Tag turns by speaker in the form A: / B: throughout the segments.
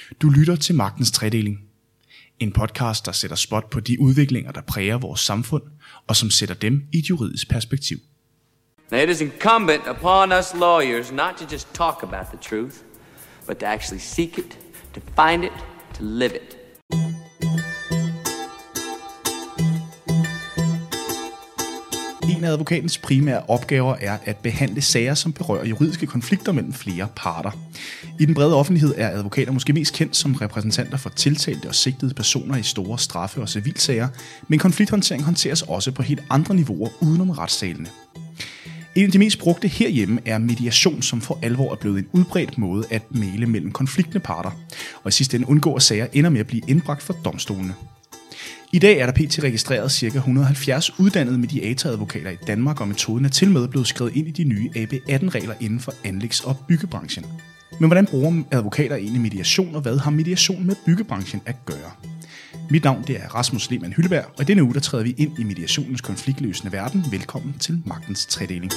A: Du lytter til Magtens Tredeling. En podcast, der sætter spot på de udviklinger, der præger vores samfund, og som sætter dem i et juridisk perspektiv.
B: Now it is incumbent upon us lawyers not to just talk about the truth, but to actually seek it, to find it, to live it.
A: En af advokatens primære opgaver er at behandle sager, som berører juridiske konflikter mellem flere parter. I den brede offentlighed er advokater måske mest kendt som repræsentanter for tiltalte og sigtede personer i store straffe- og civilsager, men konflikthåndtering håndteres også på helt andre niveauer udenom retssalene. En af de mest brugte herhjemme er mediation, som for alvor er blevet en udbredt måde at mægle mellem konfliktende parter, og i sidste ende undgå, at sager ender med at blive indbragt for domstolene. I dag er der pt. Registreret ca. 170 uddannede mediatoradvokater i Danmark, og metoden er til med blevet skrevet ind i de nye AB18-regler inden for anlægs- og byggebranchen. Men hvordan bruger advokater egentlig mediation, og hvad har mediation med byggebranchen at gøre? Mit navn det er Rasmus Lehmann Hylleberg, og i denne uge der træder vi ind i mediationens konfliktløsende verden. Velkommen til Magtens Tredeling.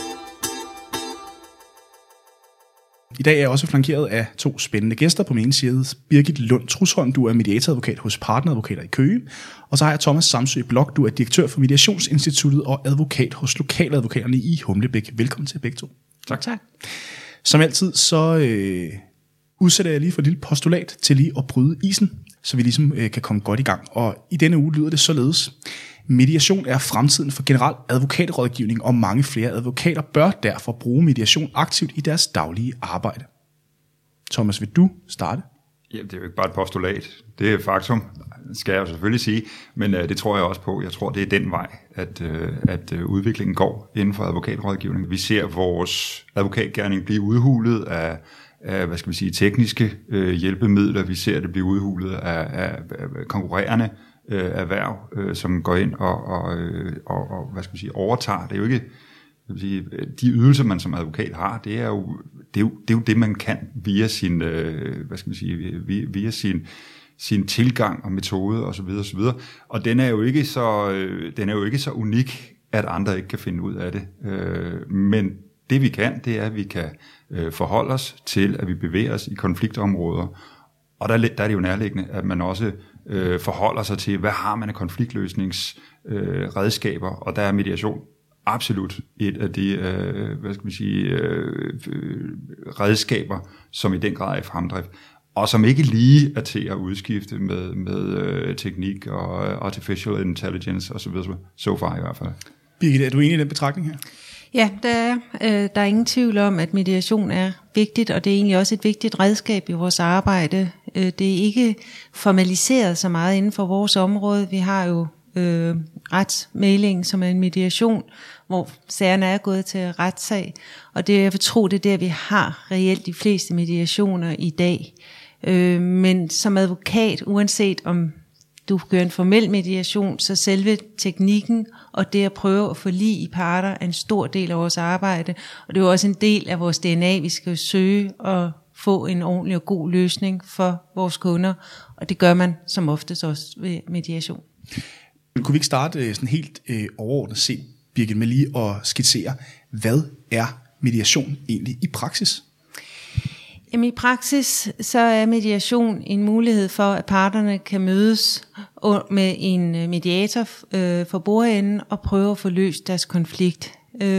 A: I dag er jeg også flankeret af to spændende gæster. På min ene side Birgit Lund Trusholm, du er mediatoradvokat hos Partneradvokater i Køge. Og så har jeg Thomas Samsø Blok, du er direktør for Mediationsinstituttet og advokat hos Lokaladvokaterne i Humlebæk. Velkommen til begge to.
C: Tak.
A: Som altid så udsætter jeg lige for et lille postulat til lige at bryde isen, så vi ligesom kan komme godt i gang. Og i denne uge lyder det således: mediation er fremtiden for generel advokatrådgivning, og mange flere advokater bør derfor bruge mediation aktivt i deres daglige arbejde. Thomas, vil du starte?
C: Jamen, det er jo ikke bare et postulat. Det er et faktum, skal jeg jo selvfølgelig sige, men det tror jeg også på. Jeg tror, det er den vej, at udviklingen går inden for advokatrådgivning. Vi ser vores advokatgerning blive udhulet af tekniske hjælpemidler. Vi ser det blive udhulet af konkurrerende erhverv, som går ind og overtager. Det er jo ikke, de ydelser, man som advokat har, det er jo det, man kan via sin, via sin tilgang og metode og så videre, og så videre. Og den er jo ikke så unik, at andre ikke kan finde ud af det. Men det vi kan, det er, at vi kan forholde os til, at vi bevæger os i konfliktområder. Og der er det jo nærliggende, at man også forholder sig til, hvad har man af konfliktløsningsredskaber, og der er mediation absolut et af de redskaber, som i den grad er i fremdrift, og som ikke lige er til at udskifte med teknik og artificial intelligence osv. So far i hvert fald.
A: Birgit, er du enig i den betragtning her?
D: Ja, der er ingen tvivl om, at mediation er vigtigt, og det er egentlig også et vigtigt redskab i vores arbejde. Det er ikke formaliseret så meget inden for vores område. Vi har jo retsmægling, som er en mediation, hvor sagerne er gået til retssag, og det, jeg vil tro, det er der, vi har reelt de fleste mediationer i dag. Men som advokat, uanset om du gør en formel mediation, så selve teknikken og det at prøve at forlige i parter er en stor del af vores arbejde, og det er jo også en del af vores DNA. Vi skal søge at få en ordentlig og god løsning for vores kunder, og det gør man som oftest også ved mediation.
A: Kunne vi ikke starte sådan helt overordnet set, Birgit, med lige at skitsere, hvad er mediation egentlig i praksis?
D: Jamen, i praksis så er mediation en mulighed for, at parterne kan mødes med en mediator for bordenden og prøve at få løst deres konflikt.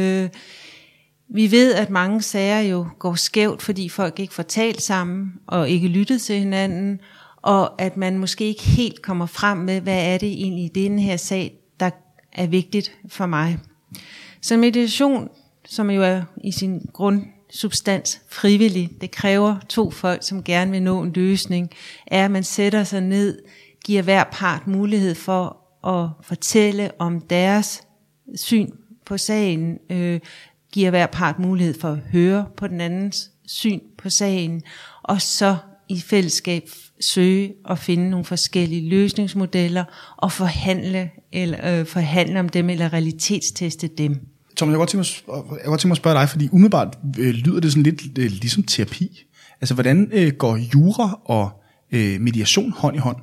D: Vi ved, at mange sager jo går skævt, fordi folk ikke får talt sammen og ikke lyttet til hinanden, og at man måske ikke helt kommer frem med, hvad er det egentlig i denne her sag, der er vigtigt for mig. Så mediation, som jo er i sin grundsubstans frivillig, det kræver to folk, som gerne vil nå en løsning, er, at man sætter sig ned, giver hver part mulighed for at fortælle om deres syn på sagen, giver hver part mulighed for at høre på den andens syn på sagen, og så i fællesskab søge og finde nogle forskellige løsningsmodeller og forhandle om dem eller realitetsteste dem.
A: Thomas, jeg godt tænke mig at spørge dig, fordi umiddelbart lyder det sådan lidt ligesom terapi. Altså, hvordan går jura og mediation hånd i hånd?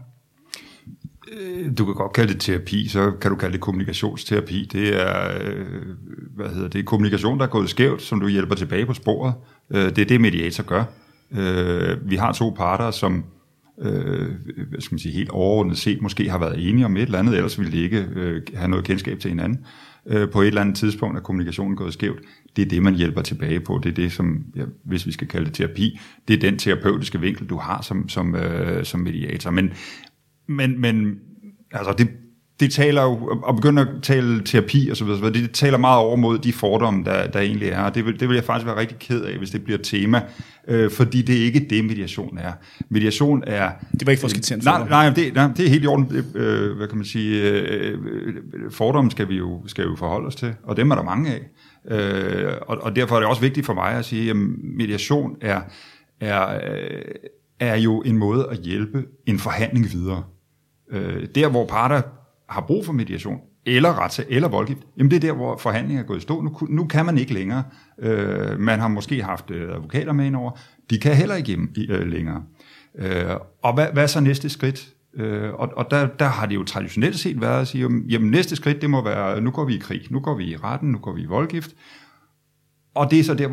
C: Du kan godt kalde det terapi, så kan du kalde det kommunikationsterapi. Det er, det er kommunikation, der er gået skævt, som du hjælper tilbage på sporet. Det er det, mediator gør. Vi har to parter, som hvad skal man sige, helt overordnet set måske har været enige om et eller andet, ellers ville de ikke have noget kendskab til hinanden. På et eller andet tidspunkt er kommunikationen gået skævt. Det er det, man hjælper tilbage på. Det er det, som, hvis vi skal kalde det terapi, det er den terapeutiske vinkel, du har som mediator. Men altså det taler jo, at begynde at tale terapi og så videre, det taler meget over mod de fordomme, der egentlig er, og det vil jeg faktisk være rigtig ked af, hvis det bliver et tema, fordi det er ikke det, mediation er. Mediation er... Det var ikke for at skitsere en fordom. Nej, det er helt i orden. Hvad kan man sige? Fordomme skal vi jo forholde os til, og dem er der mange af. Og derfor er det også vigtigt for mig at sige, at mediation er jo en måde at hjælpe en forhandling videre. Der, hvor parter har brug for mediation, eller retssag, eller voldgift, jamen det er der, hvor forhandlingen er gået i stå. Nu kan man ikke længere. Man har måske haft advokater med indover. De kan heller ikke længere. Og hvad er så næste skridt? Og der har det jo traditionelt set været at sige, jamen næste skridt, det må være, nu går vi i krig, nu går vi i retten, nu går vi i voldgift. Og det er så der,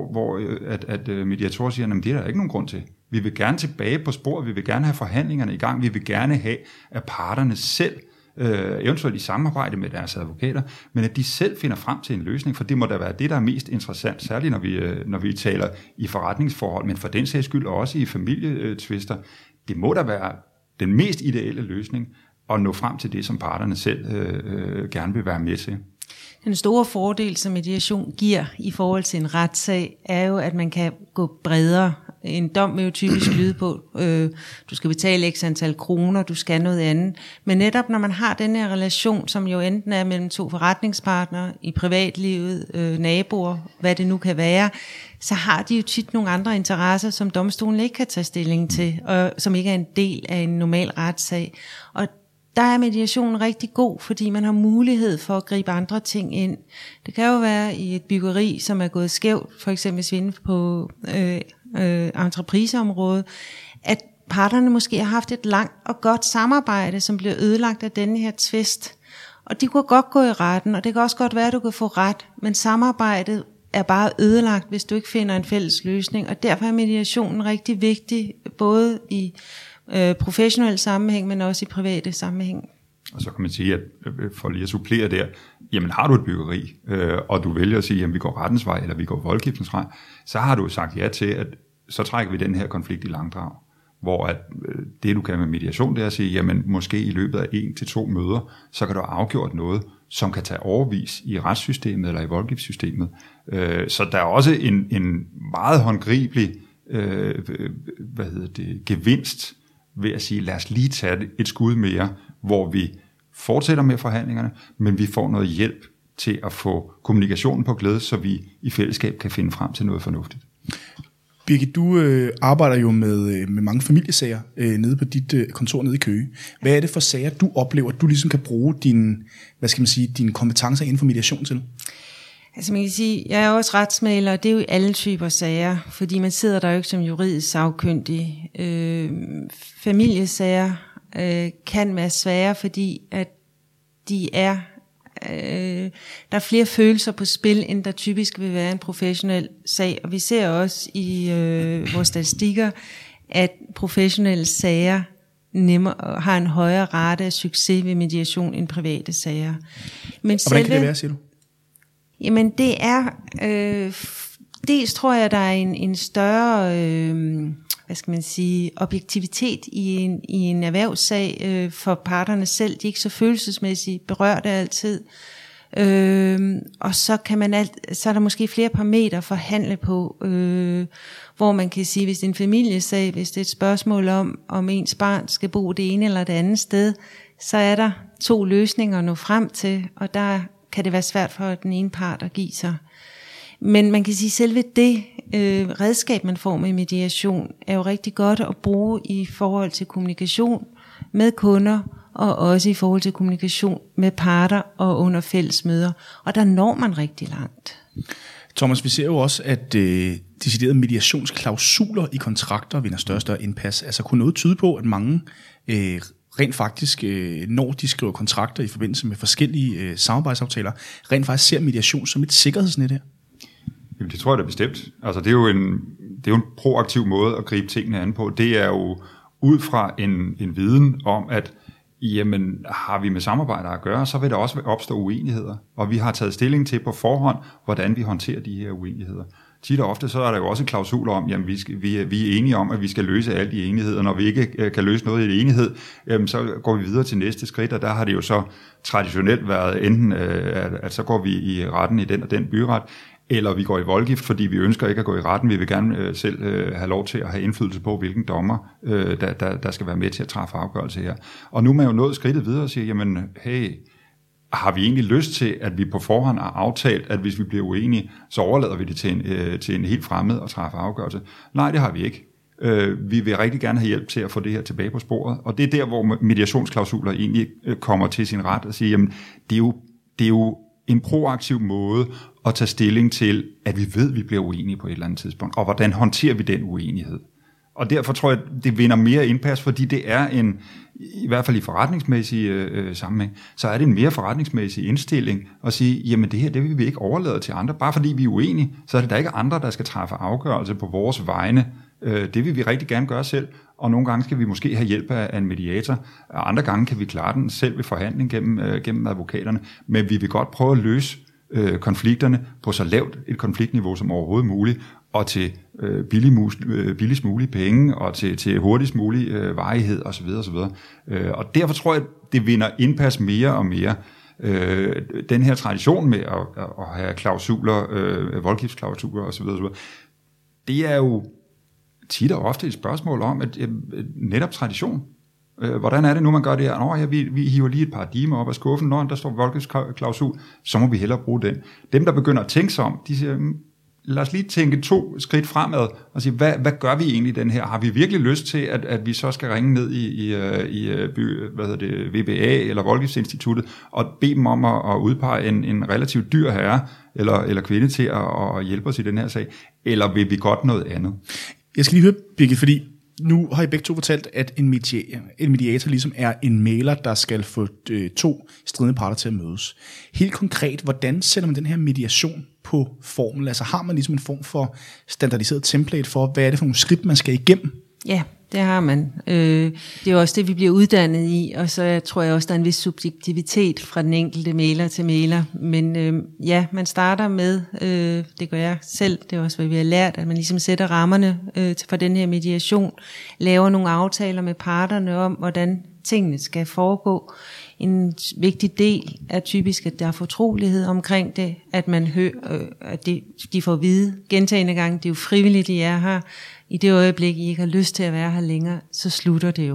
C: hvor mediatorer siger, jamen det er der ikke nogen grund til. Vi vil gerne tilbage på sporet, vi vil gerne have forhandlingerne i gang, vi vil gerne have, at parterne selv, eventuelt i samarbejde med deres advokater, men at de selv finder frem til en løsning, for det må da være det, der er mest interessant, særligt når vi taler i forretningsforhold, men for den sags skyld også i familietvister. Det må da være den mest ideelle løsning at nå frem til det, som parterne selv gerne vil være med til.
D: Den store fordel, som mediation giver i forhold til en retssag, er jo, at man kan gå bredere. En dom vil jo typisk lyde på, du skal betale x antal kroner, du skal noget andet. Men netop når man har den her relation, som jo enten er mellem to forretningspartnere i privatlivet, naboer, hvad det nu kan være, så har de jo tit nogle andre interesser, som domstolen ikke kan tage stilling til, og som ikke er en del af en normal retssag. Og der er mediationen rigtig god, fordi man har mulighed for at gribe andre ting ind. Det kan jo være i et byggeri, som er gået skævt, for eksempel svinde på entrepriseområdet, at parterne måske har haft et langt og godt samarbejde, som bliver ødelagt af denne her tvist. Og de kunne godt gå i retten, og det kan også godt være, at du kan få ret, men samarbejdet er bare ødelagt, hvis du ikke finder en fælles løsning. Og derfor er mediationen rigtig vigtig, både i professionel sammenhæng, men også i private sammenhæng.
C: Og så kan man sige, at for lige at supplere der, jamen har du et byggeri, og du vælger at sige, jamen vi går rettens vej, eller vi går voldgiftens vej, så har du sagt ja til, at så trækker vi den her konflikt i langdrag, hvor at det du kan med mediation, det er at sige, jamen måske i løbet af 1 til 2 møder, så kan du have afgjort noget, som kan tage overvis i retssystemet eller i voldgiftssystemet. Så der er også en meget håndgribelig gevinst ved at sige, lad os lige tage et skud mere, hvor vi fortsætter med forhandlingerne, men vi får noget hjælp til at få kommunikationen på glæde, så vi i fællesskab kan finde frem til noget fornuftigt.
A: Birgit, du arbejder jo med mange familiesager nede på dit kontor nede i Køge. Hvad er det for sager, du oplever, at du ligesom kan bruge dine kompetencer inden for mediation til?
D: Altså man kan sige, jeg er også retsmægler, og det er jo i alle typer sager, fordi man sidder der jo ikke som juridisk sagkyndig. Familiesager kan være svære, fordi at der er flere følelser på spil, end der typisk vil være en professionel sag. Og vi ser også i vores statistikker, at professionelle sager har en højere rate af succes ved mediation end private sager.
A: Men og hvordan kan det være, siger du?
D: Jamen det er, dels tror jeg, der er en større, objektivitet i en erhvervssag for parterne selv. De er ikke så følelsesmæssigt berørte altid. Og så så er der måske flere parametre at forhandle på, hvor man kan sige, hvis det er en familiesag, hvis det er et spørgsmål om ens barn skal bo det ene eller det andet sted, så er der 2 løsninger at nå frem til, og der kan det være svært for den ene part at give sig. Men man kan sige, at selve det redskab, man får med mediation, er jo rigtig godt at bruge i forhold til kommunikation med kunder, og også i forhold til kommunikation med parter og under fællesmøder. Og der når man rigtig langt.
A: Thomas, vi ser jo også, at deciderede mediationsklausuler i kontrakter vinder større og større indpas. Altså kunne noget tyde på, at mange rent faktisk, når de skriver kontrakter i forbindelse med forskellige samarbejdsaftaler, rent faktisk ser mediation som et sikkerhedsnet her?
C: Jamen, det tror jeg da bestemt. Altså, det er jo en proaktiv måde at gribe tingene an på. Det er jo ud fra en viden om, at jamen, har vi med samarbejder at gøre, så vil der også opstå uenigheder. Og vi har taget stilling til på forhånd, hvordan vi håndterer de her uenigheder. Tit og ofte så er der jo også klausuler om, jamen vi er enige om, at vi skal løse alle de enigheder. Når vi ikke kan løse noget i enighed, så går vi videre til næste skridt, og der har det jo så traditionelt været enten, at så går vi i retten i den og den byret, eller vi går i voldgift, fordi vi ønsker ikke at gå i retten. Vi vil gerne selv have lov til at have indflydelse på, hvilken dommer, der skal være med til at træffe afgørelse her. Og nu er man jo nået skridtet videre og siger, jamen hey, har vi egentlig lyst til, at vi på forhånd har aftalt, at hvis vi bliver uenige, så overlader vi det til en helt fremmed at træffe afgørelse? Nej, det har vi ikke. Vi vil rigtig gerne have hjælp til at få det her tilbage på sporet, og det er der, hvor mediationsklausuler egentlig kommer til sin ret og siger, jamen det er jo en proaktiv måde at tage stilling til, at vi ved, at vi bliver uenige på et eller andet tidspunkt, og hvordan håndterer vi den uenighed. Og derfor tror jeg, det vinder mere indpas, fordi det er i hvert fald i forretningsmæssig sammenhæng, så er det en mere forretningsmæssig indstilling at sige, jamen det her, det vil vi ikke overlade til andre. Bare fordi vi er uenige, så er det der ikke andre, der skal træffe afgørelse på vores vegne. Det vil vi rigtig gerne gøre selv, og nogle gange skal vi måske have hjælp af en mediator, og andre gange kan vi klare den selv ved forhandling gennem advokaterne, men vi vil godt prøve at løse konflikterne på så lavt et konfliktniveau som overhovedet muligt, og til billigst mulige penge, og til hurtigst mulig varighed osv. osv. Og derfor tror jeg, det vinder indpas mere og mere. Den her tradition med at have klausuler, voldgiftsklausuler osv., det er jo tit og ofte et spørgsmål om, at netop tradition. Hvordan er det nu, man gør det her? Vi hiver lige et paradigme op af skuffen, når der står voldgiftsklausul, så må vi hellere bruge den. Dem, der begynder at tænke sig om, de siger, lad os lige tænke 2 skridt fremad og sige, hvad gør vi egentlig i den her? Har vi virkelig lyst til, at vi så skal ringe ned i VBA eller Voldgiftsinstituttet og bede dem om at udpege en relativt dyr herre eller kvinde til at hjælpe os i den her sag? Eller vil vi godt noget andet?
A: Jeg skal lige høre, Birgit, fordi nu har I begge to fortalt, at en mediator ligesom er en mægler, der skal få 2 stridende parter til at mødes. Helt konkret, hvordan sætter man den her mediation på formel? Altså har man ligesom en form for standardiseret template for, hvad er det for nogle skridt, man skal igennem?
D: Ja, det har man. Det er jo også det, vi bliver uddannet i, og så tror jeg også, der er en vis subjektivitet fra den enkelte mægler til mægler. Men ja, man starter med, det gør jeg selv, det er også, hvad vi har lært, at man ligesom sætter rammerne for den her mediation, laver nogle aftaler med parterne om, hvordan tingene skal foregå. En vigtig del er typisk, at der er fortrolighed omkring det, at man hører, at de får at vide gentagne gange, det er jo frivilligt, de er her. I det øjeblik, I ikke har lyst til at være her længere, så slutter det jo.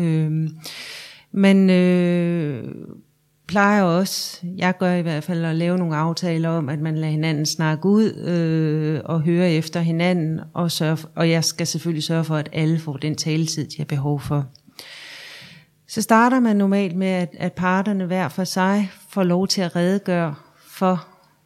D: Man plejer også, jeg gør i hvert fald, at lave nogle aftaler om, at man lader hinanden snakke ud og høre efter hinanden, og jeg skal selvfølgelig sørge for, at alle får den taletid, de har behov for. Så starter man normalt med, at parterne hver for sig får lov til at redegøre for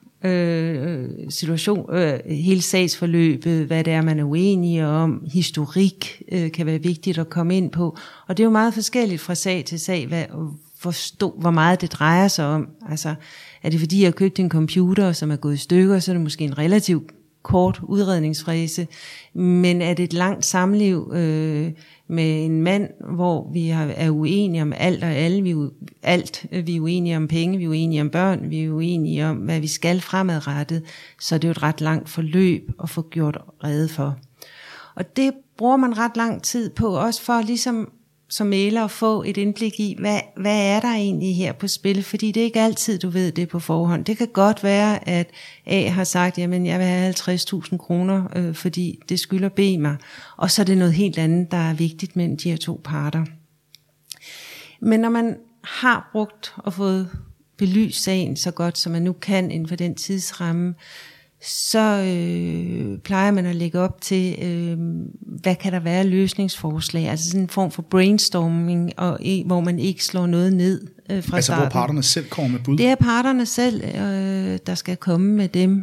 D: hele sagsforløbet, hvad det er, man er uenige om. Historik kan være vigtigt at komme ind på. Og det er jo meget forskelligt fra sag til sag, hvor meget det drejer sig om. Altså, er det fordi, jeg har købt en computer, som er gået i stykker, så er det måske en relativt kort udredningsfase. Men er det et langt samliv med en mand, hvor vi er uenige om alt og alle, vi er uenige om penge, vi er uenige om børn, vi er uenige om, hvad vi skal fremadrettet, så det er jo et ret langt forløb at få gjort rede for. Og det bruger man ret lang tid på, også for ligesom som mægler at få et indblik i, hvad er der egentlig her på spil, fordi det er ikke altid, du ved det på forhånd. Det kan godt være, at A har sagt, jamen jeg vil have 50.000 kroner, fordi det skylder B mig, og så er det noget helt andet, der er vigtigt mellem de her 2 parter. Men når man har brugt og fået belyst sagen så godt, som man nu kan inden for den tidsramme, så plejer man at lægge op til, hvad kan der være løsningsforslag, altså sådan en form for brainstorming, hvor man ikke slår noget ned fra starten.
A: Altså hvor parterne selv kommer med bud?
D: Det er parterne selv, der skal komme med dem,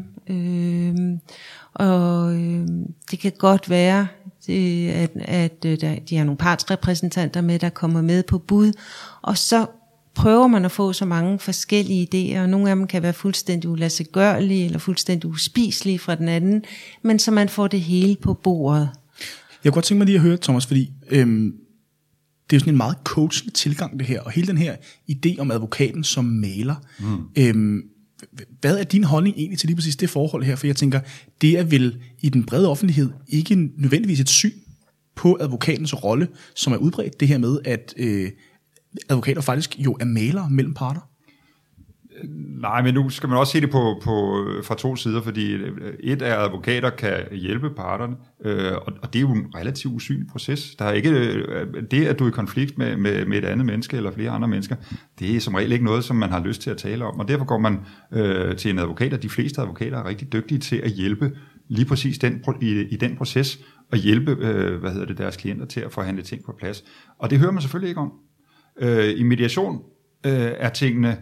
D: og det kan godt være, at de har nogle partsrepræsentanter med, der kommer med på bud, og så prøver man at få så mange forskellige idéer, og nogle af dem kan være fuldstændig uladsiggørlige eller fuldstændig uspiselige fra den anden, men så man får det hele på bordet.
A: Jeg kunne godt tænke mig lige at høre, Thomas, fordi det er jo sådan en meget coachende tilgang det her, og hele den her idé om advokaten som mægler. Hvad er din holdning egentlig til lige præcis det forhold her? For jeg tænker, det er vel i den brede offentlighed ikke nødvendigvis et syn på advokatens rolle, som er udbredt, det her med, at advokater faktisk jo er mæglere mellem parter?
C: Nej, men nu skal man også se det fra to sider, fordi et er, at advokater kan hjælpe parterne, og det er jo en relativt usynlig proces. Der er ikke det, at du er i konflikt med et andet menneske eller flere andre mennesker, det er som regel ikke noget, som man har lyst til at tale om, og derfor går man til en advokat, og de fleste advokater er rigtig dygtige til at hjælpe lige præcis i den proces, og hjælpe deres klienter til at forhandle ting på plads. Og det hører man selvfølgelig ikke om. I mediation er tingene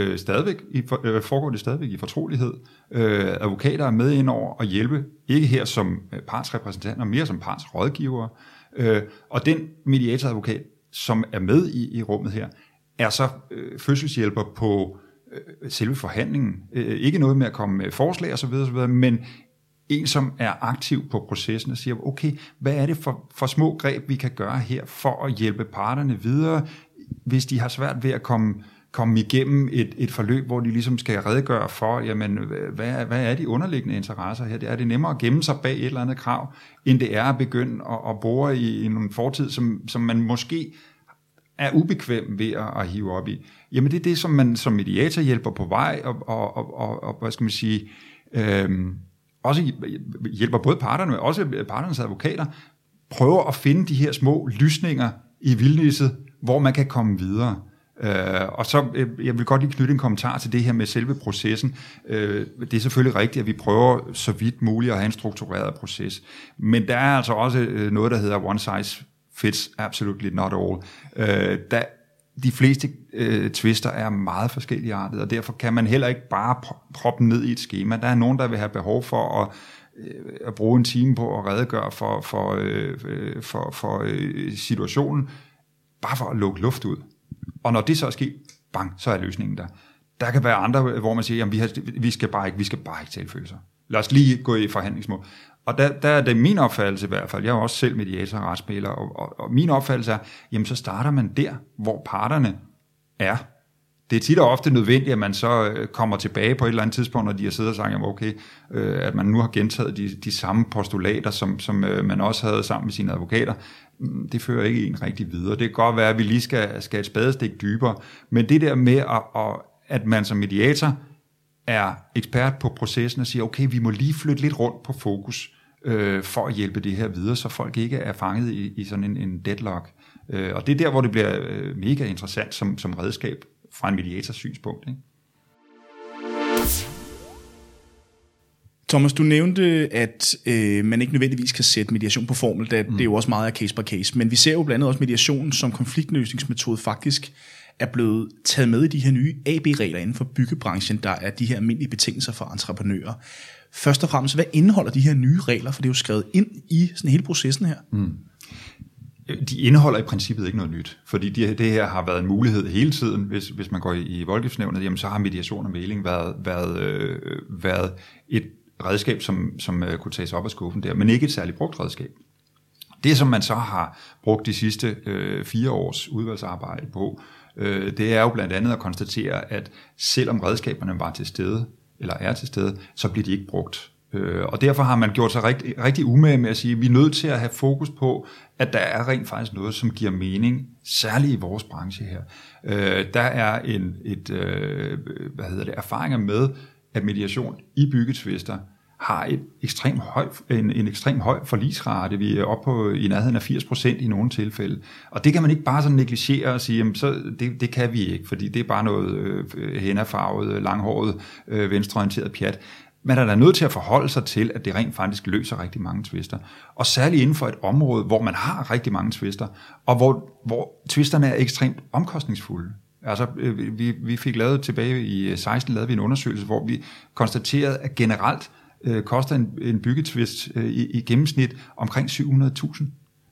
C: foregår det stadigvæk i fortrolighed. Advokater er med ind over og hjælpe, ikke her som partsrepræsentanter, mere som partsrådgivere. Og den mediatoradvokat, som er med i rummet her, er så fødselshjælper på selve forhandlingen. Ikke noget med at komme med forslag osv., men en, som er aktiv på processen og siger, okay, hvad er det for små greb, vi kan gøre her for at hjælpe parterne videre, hvis de har svært ved at komme igennem et forløb, hvor de ligesom skal redegøre for, jamen, hvad er de underliggende interesser her? Er det nemmere at gemme sig bag et eller andet krav, end det er at begynde at bore i en fortid, som man måske er ubekvem ved at hive op i. Jamen, det er det, som man som mediator hjælper på vej, og hvad skal man sige, også hjælper både parterne, men også parternes advokater, prøver at finde de her små lysninger i vildnisset, hvor man kan komme videre. Og så, jeg vil godt lige knytte en kommentar til det her med selve processen. Det er selvfølgelig rigtigt, at vi prøver så vidt muligt at have en struktureret proces. Men der er altså også noget, der hedder one size fits absolutely not all. De fleste tvister er meget forskelligartede, og derfor kan man heller ikke bare proppe ned i et skema. Der er nogen, der vil have behov for at bruge en time på at redegøre for situationen, bare for at lukke luft ud. Og når det så er sket, bang, så er løsningen der. Der kan være andre, hvor man siger, jamen vi skal bare ikke tale følelser. Lad os lige gå i forhandlingsmål. Og der er det min opfattelse i hvert fald, jeg er også selv mediator og retsmægler, og min opfattelse er, jamen så starter man der, hvor parterne er. Det er tit og ofte nødvendigt, at man så kommer tilbage på et eller andet tidspunkt, når de har siddet og sagt, jamen okay, at man nu har gentaget de samme postulater, som man også havde sammen med sine advokater. Det fører ikke en rigtig videre. Det kan godt være, at vi lige skal et spadestik dybere, men det der med, at man som mediator er ekspert på processen og siger, okay, vi må lige flytte lidt rundt på fokus for at hjælpe det her videre, så folk ikke er fanget i sådan en deadlock. Og det er der, hvor det bliver mega interessant som redskab fra en mediators synspunkt. Ikke?
A: Thomas, du nævnte, at man ikke nødvendigvis kan sætte mediation på formel, da det er jo også meget af case by case, men vi ser jo blandt andet også mediationen som konfliktløsningsmetode faktisk er blevet taget med i de her nye AB-regler inden for byggebranchen, der er de her almindelige betingelser for entreprenører. Først og fremmest, hvad indeholder de her nye regler, for det er jo skrevet ind i sådan hele processen her?
C: De indeholder i princippet ikke noget nyt, fordi det her har været en mulighed hele tiden. Hvis man går i voldgiftsnævnet, jamen så har mediation og mægling været et redskab, som kunne tages op af skuffen der, men ikke et særligt brugt redskab. Det, som man så har brugt de sidste 4 års udvalgsarbejde på, det er jo blandt andet at konstatere, at selvom redskaberne var til stede, eller er til stede, så bliver de ikke brugt. Og derfor har man gjort sig rigtig umage med at sige, at vi er nødt til at have fokus på, at der er rent faktisk noget, som giver mening, særligt i vores branche her. Der er erfaringer med, at mediation i byggetvister har en ekstrem høj forligsrate. Vi er oppe på i nærheden af 80% i nogle tilfælde. Og det kan man ikke bare sådan negligere og sige, jamen, så det kan vi ikke, fordi det er bare noget hænderfarvet, langhåret, venstreorienteret pjat. Men der er nødt til at forholde sig til, at det rent faktisk løser rigtig mange tvister. Og særligt inden for et område, hvor man har rigtig mange tvister, og hvor tvisterne er ekstremt omkostningsfulde. Altså, vi fik lavet tilbage i 16, lavede vi en undersøgelse, hvor vi konstaterede, at generelt koster en byggetvist i gennemsnit omkring 700.000.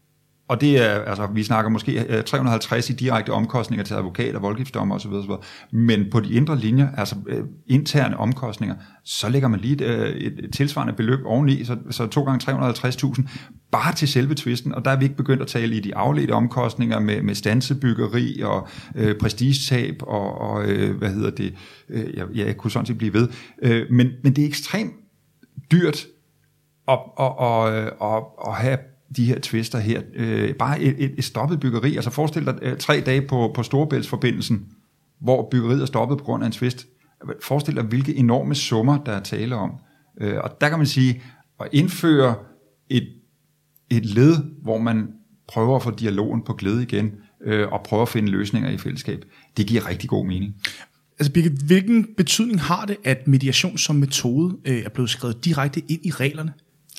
C: Og det er, altså, vi snakker måske 350 i direkte omkostninger til advokater, voldgiftsdommer osv., men på de indre linjer, altså interne omkostninger, så lægger man lige et tilsvarende beløb oveni, så 2 gange 350.000 bare til selve tvisten, og der er vi ikke begyndt at tale i de afledte omkostninger med standsebyggeri og prestigetab og jeg kunne sådan set blive ved. Men det er ekstremt dyrt at have de her tvister her. Bare et stoppet byggeri. Altså forestil dig 3 dage på Storebæltsforbindelsen, hvor byggeriet er stoppet på grund af en tvist. Forestil dig, hvilke enorme summer, der er tale om. Og der kan man sige, at indføre et led, hvor man prøver at få dialogen på glæde igen, og prøver at finde løsninger i fællesskab, det giver rigtig god mening.
A: Altså Birgit, hvilken betydning har det, at mediation som metode er blevet skrevet direkte ind i reglerne?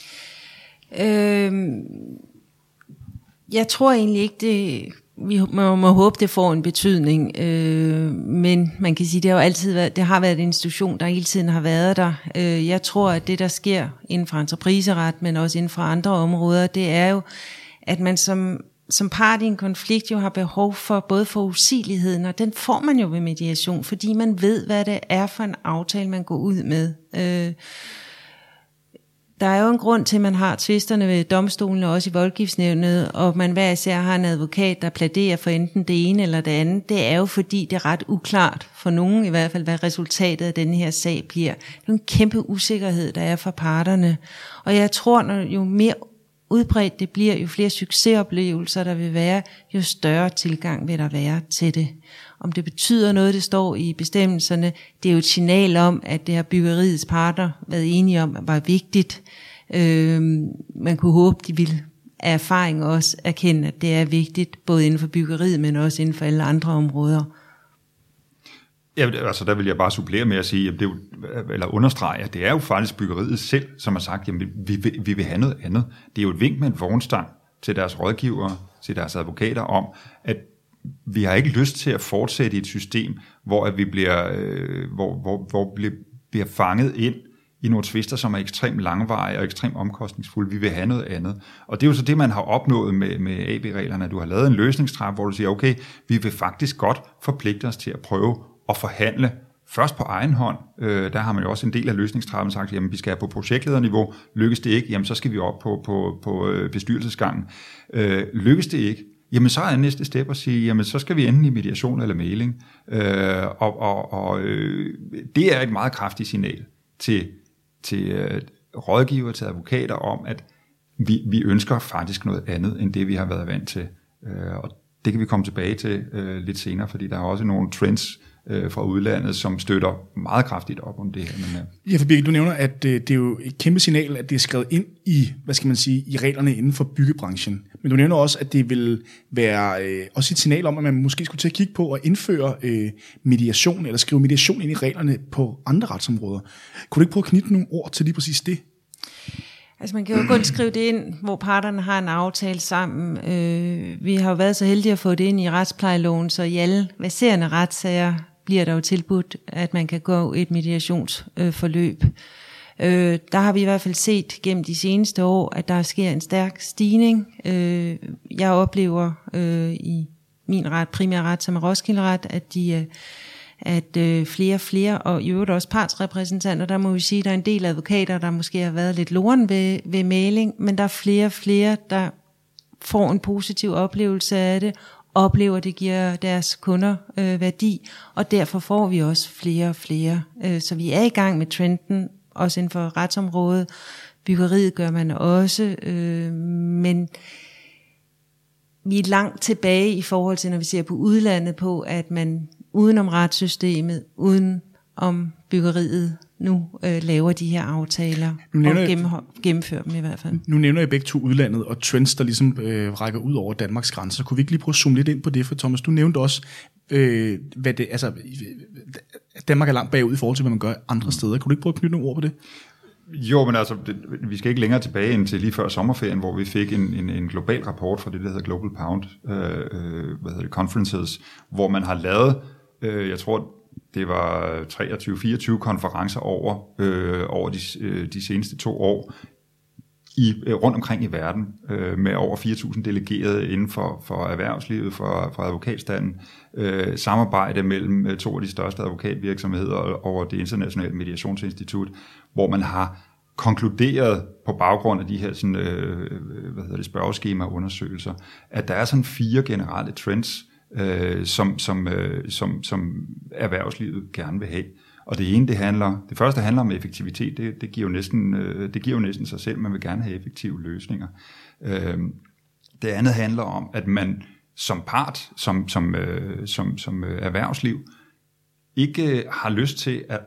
D: Jeg tror egentlig ikke, vi må håbe, det får en betydning, men man kan sige, det har jo altid været, det har været en institution, der hele tiden har været der. Jeg tror, at det, der sker inden for entrepriseret, men også inden for andre områder, det er jo, at man som part i en konflikt jo har behov for både forudsigeligheden, og den får man jo ved mediation, fordi man ved, hvad det er for en aftale, man går ud med. Der er jo en grund til, at man har tvisterne ved domstolen og også i voldgiftsnævnet, og man hver især har en advokat, der plæderer for enten det ene eller det andet. Det er jo fordi, det er ret uklart for nogen i hvert fald, hvad resultatet af denne her sag bliver. Det er en kæmpe usikkerhed, der er for parterne. Og jeg tror, når jo mere udbredt det bliver, jo flere succesoplevelser der vil være, jo større tilgang vil der være til det. Om det betyder noget, det står i bestemmelserne, det er jo et signal om, at det har byggeriets parter været enige om, var vigtigt. Man kunne håbe, de ville af erfaring også erkende, at det er vigtigt, både inden for byggeriet, men også inden for alle andre områder.
C: Ja, altså der vil jeg bare supplere med at sige, at det er jo, eller understrege, at det er jo faktisk byggeriet selv, som har sagt, at vi vil have noget andet. Det er jo et vink med en vognstang til deres rådgivere, til deres advokater om, at vi har ikke lyst til at fortsætte i et system, hvor vi bliver fanget ind i nogle tvister, som er ekstremt langvarige og ekstremt omkostningsfulde. Vi vil have noget andet. Og det er jo så det, man har opnået med AB-reglerne. Du har lavet en løsningstrappe, hvor du siger, okay, vi vil faktisk godt forpligte os til at prøve at forhandle først på egen hånd. Der har man jo også en del af løsningstrappen sagt, jamen vi skal på projektlederniveau. Lykkes det ikke, jamen så skal vi op på bestyrelsesgangen. Lykkes det ikke, jamen så er næste step at sige, jamen så skal vi enten i mediation eller mægling. Det er et meget kraftigt signal til rådgiver, til advokater om, at vi ønsker faktisk noget andet, end det vi har været vant til. Og det kan vi komme tilbage til lidt senere, fordi der er også nogle trends fra udlandet, som støtter meget kraftigt op om det her.
A: Ja, for Birgit, du nævner, at det er jo et kæmpe signal, at det er skrevet ind i, hvad skal man sige, i reglerne inden for byggebranchen. Men du nævner også, at det vil være også et signal om, at man måske skulle til at kigge på at indføre mediation, eller skrive mediation ind i reglerne på andre retsområder. Kunne du ikke prøve at knytte nogle ord til lige præcis det?
D: Altså man kan jo kun skrive det ind, hvor parterne har en aftale sammen. Vi har jo været så heldige at få det ind i retsplejeloven, så i alle verserende retssager bliver der jo tilbudt, at man kan gå et mediationsforløb. Der har vi i hvert fald set gennem de seneste år, at der sker en stærk stigning. Jeg oplever i min ret, primær ret som er Roskilde-ret, at flere, og i øvrigt også partsrepræsentanter, der må vi sige, at der er en del advokater, der måske har været lidt loren ved mægling, men der er flere, der får en positiv oplevelse af det, oplever, at det giver deres kunder værdi, og derfor får vi også flere og flere. Så vi er i gang med trenden, også inden for retsområdet. Byggeriet gør man også, men vi er langt tilbage i forhold til, når vi ser på udlandet, på at man udenom retssystemet, uden om byggeriet, nu laver de her aftaler, og gennemfører dem i hvert fald.
A: Nu nævner jeg begge to udlandet, og trends, der ligesom rækker ud over Danmarks grænser. Kunne vi ikke lige prøve at zoome lidt ind på det, for Thomas, du nævnte også, hvad det, altså, Danmark er langt bagud i forhold til, hvad man gør andre steder. Kunne du ikke prøve at knytte nogle ord på det?
C: Jo, men altså, vi skal ikke længere tilbage end til lige før sommerferien, hvor vi fik en global rapport fra det, der hedder Global Pound Conferences, hvor man har lavet, jeg tror, det var 23-24 konferencer over de seneste 2 år rundt omkring i verden, med over 4.000 delegerede inden for erhvervslivet, for advokatstanden, samarbejde mellem 2 af de største advokatvirksomheder over det internationale mediationsinstitut, hvor man har konkluderet på baggrund af de her sådan, spørgeskema-undersøgelser, at der er sådan 4 generelle trends, som erhvervslivet gerne vil have. Og det første handler om effektivitet. Det giver jo næsten sig selv. Man vil gerne have effektive løsninger. Det andet handler om, at man som part, som erhvervsliv, ikke har lyst til at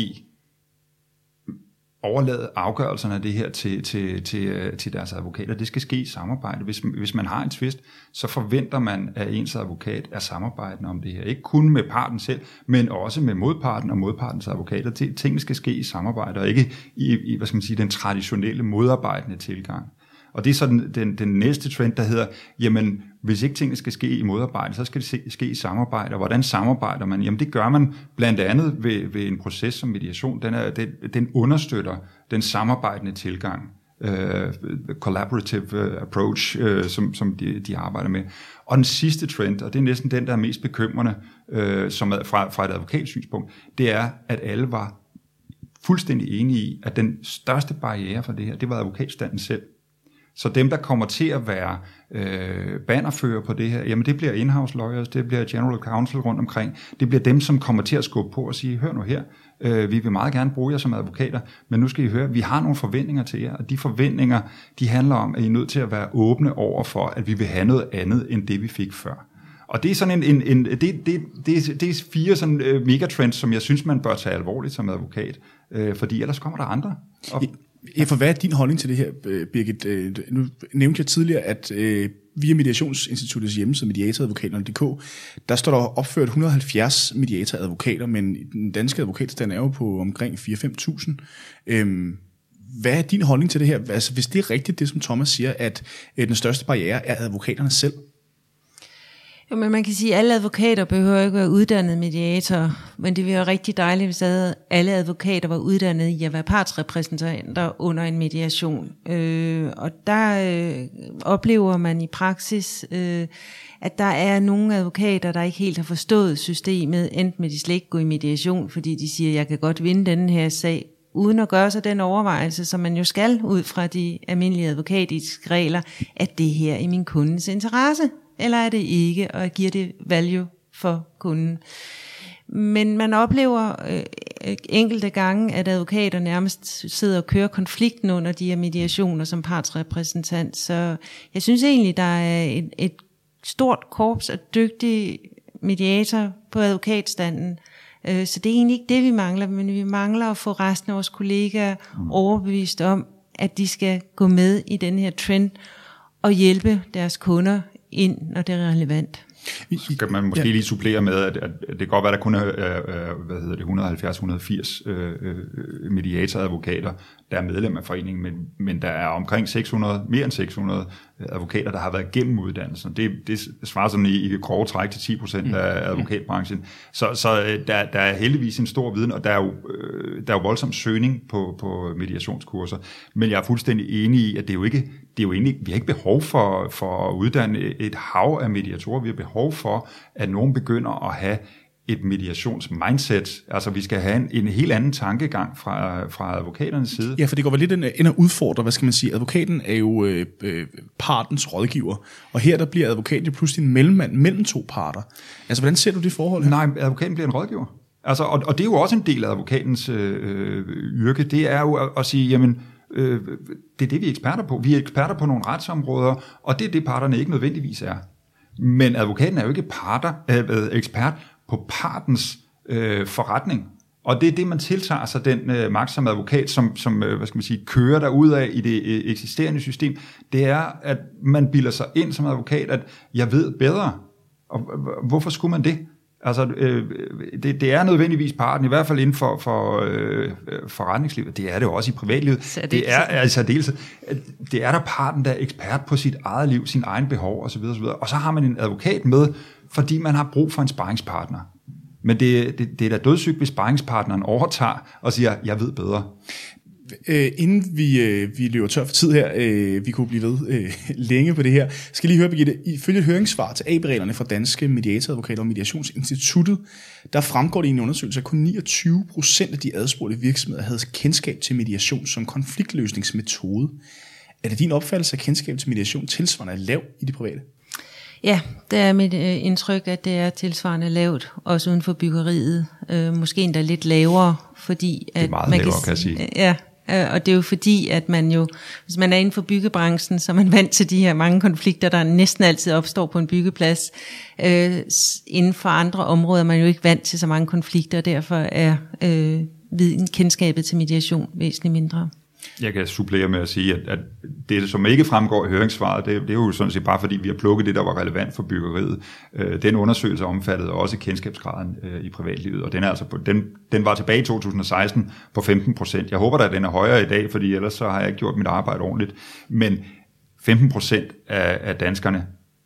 C: overlade afgørelserne af det her til deres advokater. Det skal ske i samarbejde. Hvis man har en tvist, så forventer man, at ens advokat er samarbejdende om det her. Ikke kun med parten selv, men også med modparten og modpartens advokater. Tingene skal ske i samarbejde, og ikke i den traditionelle modarbejdende tilgang. Og det er sådan den næste trend, der hedder, jamen, hvis ikke tingene skal ske i modarbejde, så skal det ske i samarbejde. Og hvordan samarbejder man? Jamen, det gør man blandt andet ved en proces som mediation. Den understøtter den samarbejdende tilgang, collaborative approach, som de arbejder med. Og den sidste trend, og det er næsten den, der er mest bekymrende, som er fra et advokatsynspunkt, det er, at alle var fuldstændig enige i, at den største barriere for det her, det var advokatstanden selv. Så dem, der kommer til at være bannerfører på det her, jamen det bliver in-house lawyers, det bliver general counsel rundt omkring, det bliver dem, som kommer til at skubbe på og sige, hør nu her, vi vil meget gerne bruge jer som advokater, men nu skal I høre, vi har nogle forventninger til jer, og de forventninger, de handler om, at I er nødt til at være åbne over for, at vi vil have noget andet, end det vi fik før. Og det er sådan det er 4 sådan megatrends, som jeg synes, man bør tage alvorligt som advokat, fordi ellers kommer der andre op.
A: Ja, for hvad er din holdning til det her, Birgit? Nu nævnte jeg tidligere, at via Mediationsinstituttets hjemmeside, mediatoradvokaterne.dk, der står der opført 170 mediatoradvokater, men den danske advokatstand er jo på omkring 4-5.000. Hvad er din holdning til det her? Altså, hvis det er rigtigt, det som Thomas siger, at den største barriere er advokaterne selv?
D: Jo, men man kan sige, at alle advokater behøver ikke være uddannede mediatorer, men det ville være rigtig dejligt, hvis alle advokater var uddannet i at være partsrepræsentanter under en mediation. Og der oplever man i praksis, at der er nogle advokater, der ikke helt har forstået systemet, enten med de slet ikke går i mediation, fordi de siger, jeg kan godt vinde denne her sag, uden at gøre sig den overvejelse, som man jo skal ud fra de almindelige advokatiske regler, at det her er i min kundens interesse, eller er det ikke, og giver det value for kunden. Men man oplever enkelte gange, at advokater nærmest sidder og kører konflikten under de her mediationer som partsrepræsentant. Så jeg synes egentlig, der er et stort korps af dygtige mediatorer på advokatstanden. Så det er egentlig ikke det, vi mangler, men vi mangler at få resten af vores kollegaer overbevist om, at de skal gå med i den her trend og hjælpe deres kunder ind, når det er relevant.
C: Så kan man måske lige supplere med, at det kan godt være, der kun er 170-180 mediatoradvokater, der er medlem af foreningen, men der er omkring 600, mere end 600 advokater, der har været gennem uddannelsen. Det svarer sådan i grove træk til 10% af advokatbranchen. Så der er heldigvis en stor viden, og der er jo voldsom søgning på mediationskurser. Men jeg er fuldstændig enig i, at det er jo egentlig, vi har ikke behov for at uddanne et hav af mediatorer. Vi har behov for, at nogen begynder at have et mediationsmindset. Altså vi skal have en helt anden tankegang fra advokaternes side.
A: Ja, for det går vel lidt ind at udfordre, hvad skal man sige, advokaten er jo partens rådgiver, og her der bliver advokaten jo pludselig en mellemmand mellem 2 parter. Altså hvordan ser du det forhold her?
C: Nej, advokaten bliver en rådgiver. Altså, og det er jo også en del af advokatens yrke, det er jo at sige, jamen, det er det, vi er eksperter på. Vi er eksperter på nogle retsområder, og det er det, parterne ikke nødvendigvis er. Men advokaten er jo ikke ekspert på partens forretning. Og det er det, man tiltager sig den magt som advokat, som hvad skal man sige, kører derudad i det eksisterende system. Det er, at man bilder sig ind som advokat, at jeg ved bedre. Og hvorfor skulle man det? Altså, det er nødvendigvis parten, i hvert fald inden for forretningslivet. Det er det jo også i privatlivet. Det er der parten, der er ekspert på sit eget liv, sin egen behov osv. Og så har man en advokat med, fordi man har brug for en sparringspartner. Men det er da dødssygt, hvis sparringspartneren overtager og siger, jeg ved bedre.
A: Inden vi løber tør for tid her, vi kunne blive ved længe på det her, skal lige høre, Birgitte, ifølge et høringssvar til AB-reglerne fra Danske Mediatoradvokater og Mediationsinstituttet, der fremgår det i en undersøgelse, at kun 29% af de adspurgte virksomheder havde kendskab til mediation som konfliktløsningsmetode. Er det din opfattelse, at kendskab til mediation tilsvarende er lav i det private?
D: Ja, det er mit indtryk, at det er tilsvarende lavt, også uden for byggeriet. Måske endda lidt lavere, fordi...
C: Det er meget lavere, kan jeg sige.
D: Ja, og det er jo fordi, at man jo, hvis man er inden for byggebranchen, så er man vant til de her mange konflikter, der næsten altid opstår på en byggeplads. Inden for andre områder er man jo ikke vant til så mange konflikter, og derfor er kendskabet til mediation væsentligt mindre.
C: Jeg kan supplere med at sige, at det, som ikke fremgår i høringssvaret, det er jo sådan set bare fordi, vi har plukket det, der var relevant for byggeriet. Den undersøgelse omfattede også kendskabsgraden i privatlivet, og den, er altså den var tilbage i 2016 på 15%. Jeg håber da, at den er højere i dag, fordi ellers så har jeg ikke gjort mit arbejde ordentligt. Men 15% af danskerne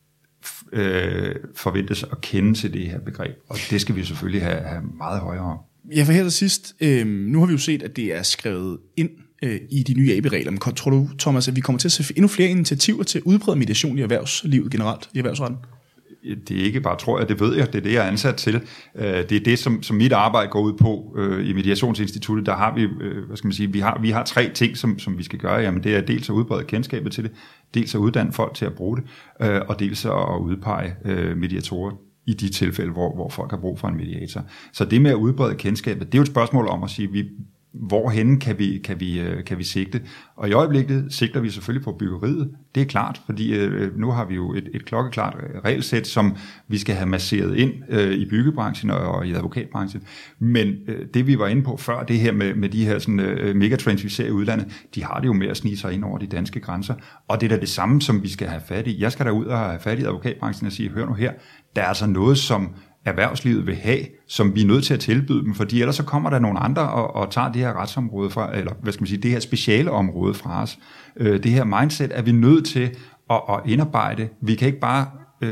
C: forventes at kende til det her begreb, og det skal vi selvfølgelig have meget højere.
A: Ja, for her til sidst, nu har vi jo set, at det er skrevet ind i de nye AB-regler. Men tror du, Thomas, at vi kommer til at se endnu flere initiativer til at udbrede mediation i erhvervslivet generelt, i erhvervsretten?
C: Det er ikke bare, tror jeg, det ved jeg, det er det, jeg er ansat til. Det er det, som mit arbejde går ud på i Mediationsinstituttet. Der har vi, hvad skal man sige, vi har 3 ting, som vi skal gøre. Jamen, det er dels at udbrede kendskabet til det, dels at uddanne folk til at bruge det, og dels at udpege mediatorer i de tilfælde, hvor folk har brug for en mediator. Så det med at udbrede kendskabet, det er jo et spørgsmål om at sige, hvorhenne kan vi sigte? Og i øjeblikket sigter vi selvfølgelig på byggeriet. Det er klart, fordi nu har vi jo et klokkeklart regelsæt, som vi skal have masseret ind i byggebranchen og i advokatbranchen. Men det vi var inde på før, det her med de her sådan, megatrends, vi ser i udlandet, de har det jo med at snige sig ind over de danske grænser. Og det er da det samme, som vi skal have fat i. Jeg skal derud og have fat i advokatbranchen og sige, hør nu her, der er altså noget, som erhvervslivet vil have, som vi er nødt til at tilbyde dem, fordi ellers så kommer der nogle andre og tager det her retsområde fra, eller hvad skal man sige, det her speciale område fra os. Det her mindset er vi nødt til at indarbejde. Vi kan ikke bare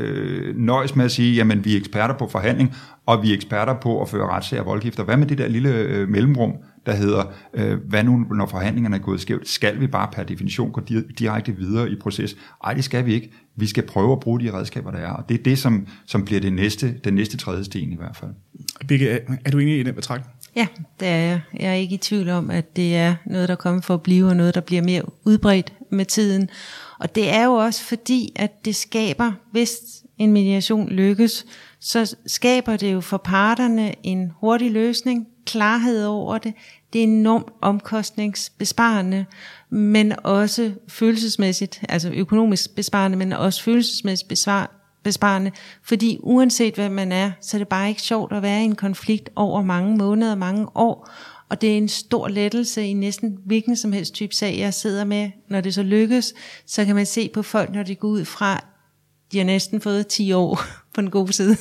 C: nøjes med at sige, jamen vi er eksperter på forhandling, og vi er eksperter på at føre retssager og voldgifter. Hvad med det der lille mellemrum, der hedder, hvad nu, når forhandlingerne er gået skævt? Skal vi bare per definition gå direkte videre i proces? Ej, det skal vi ikke. Vi skal prøve at bruge de redskaber, der er. Og det er det, som bliver den næste tredje sten i hvert fald.
A: Birgit, er du enig i den betragtning?
D: Ja, det er jeg. Jeg er ikke i tvivl om, at det er noget, der kommer for at blive, og noget, der bliver mere udbredt med tiden. Og det er jo også fordi, at det skaber, hvis en mediation lykkes, så skaber det jo for parterne en hurtig løsning, klarhed over det. Det er enormt omkostningsbesparende, men også følelsesmæssigt, altså økonomisk besparende, men også følelsesmæssigt besparende, fordi uanset hvad man er, så er det bare ikke sjovt at være i en konflikt over mange måneder, mange år, og det er en stor lettelse i næsten hvilken som helst type sag, jeg sidder med. Når det så lykkes, så kan man se på folk, når de går ud fra, de har næsten fået 10 år på den gode side.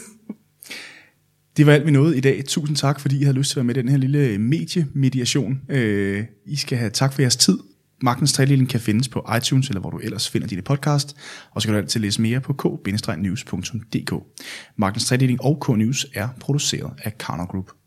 A: Det var alt vi nåede i dag. Tusind tak, fordi I havde lyst til at være med i den her lille mediemediation. I skal have tak for jeres tid. Magtens Tredeling kan findes på iTunes, eller hvor du ellers finder dine podcast. Og så kan du altid læse mere på k-news.dk. Magtens Tredeling og K-News er produceret af Karner Group.